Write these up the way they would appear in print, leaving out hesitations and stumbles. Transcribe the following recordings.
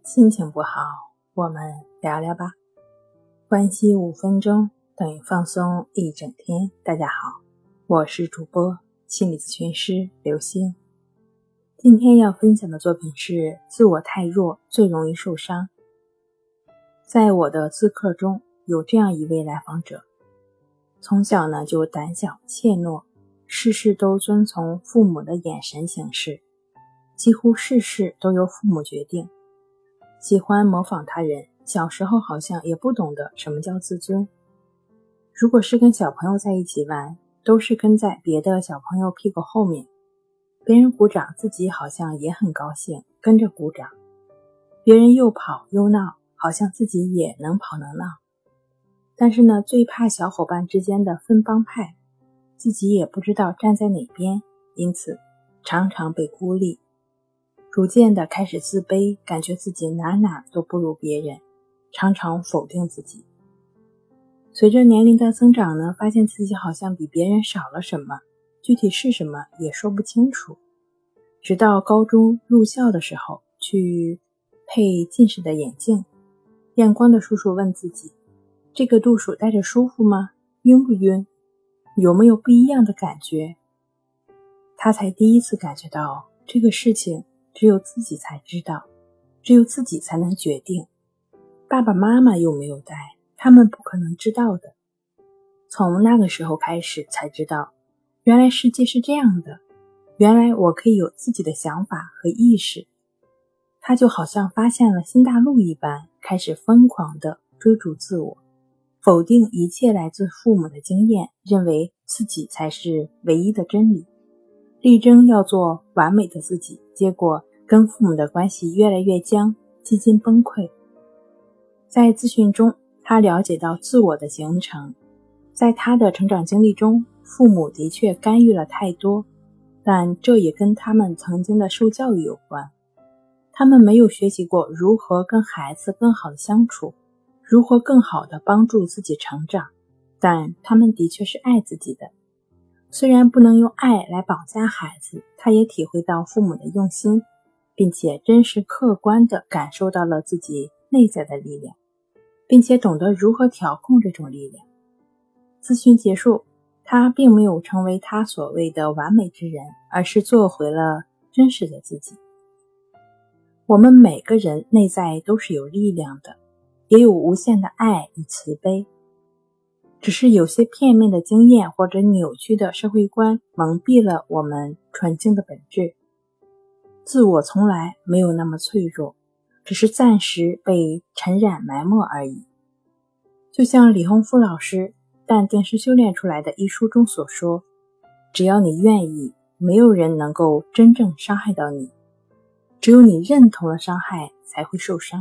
心情不好，我们聊聊吧。关系5分钟等于放松一整天。大家好，我是主播心理咨询师刘星。今天要分享的作品是自我太弱最容易受伤。在我的自课中有这样一位来访者，从小呢就胆小怯懦，事事都遵从父母的眼神行事，几乎事事都由父母决定，喜欢模仿他人，小时候好像也不懂得什么叫自尊。如果是跟小朋友在一起玩，都是跟在别的小朋友屁股后面，别人鼓掌自己好像也很高兴，跟着鼓掌，别人又跑又闹，好像自己也能跑能闹。但是呢，最怕小伙伴之间的分帮派，自己也不知道站在哪边，因此常常被孤立，逐渐的开始自卑，感觉自己哪都不如别人，常常否定自己。随着年龄的增长呢，发现自己好像比别人少了什么，具体是什么也说不清楚。直到高中入校的时候，去配近视的眼镜，验光的叔叔问自己，这个度数戴着舒服吗？晕不晕？有没有不一样的感觉？他才第一次感觉到这个事情只有自己才知道，只有自己才能决定。爸爸妈妈又没有戴，他们不可能知道的。从那个时候开始才知道，原来世界是这样的，原来我可以有自己的想法和意识。他就好像发现了新大陆一般，开始疯狂地追逐自我，否定一切来自父母的经验，认为自己才是唯一的真理，力争要做完美的自己，结果跟父母的关系越来越僵，几近崩溃。在咨询中，他了解到自我的形成，在他的成长经历中，父母的确干预了太多，但这也跟他们曾经的受教育有关。他们没有学习过如何跟孩子更好的相处，如何更好地帮助自己成长，但他们的确是爱自己的。虽然不能用爱来绑架孩子，他也体会到父母的用心，并且真实客观地感受到了自己内在的力量，并且懂得如何调控这种力量。咨询结束，他并没有成为他所谓的完美之人，而是做回了真实的自己。我们每个人内在都是有力量的，也有无限的爱与慈悲，只是有些片面的经验或者扭曲的社会观蒙蔽了我们纯净的本质。自我从来没有那么脆弱，只是暂时被尘染埋没而已。就像李洪福老师《淡定是修炼出来的》一书中所说，只要你愿意，没有人能够真正伤害到你，只有你认同了伤害才会受伤。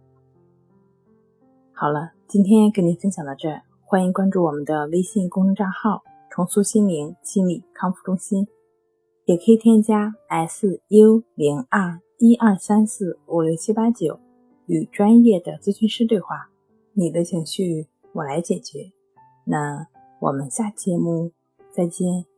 好了，今天跟您分享到这儿，欢迎关注我们的微信公众账号重塑心灵心理康复中心，也可以添加 SU0212345679与专业的咨询师对话，你的情绪我来解决。那我们下期节目再见。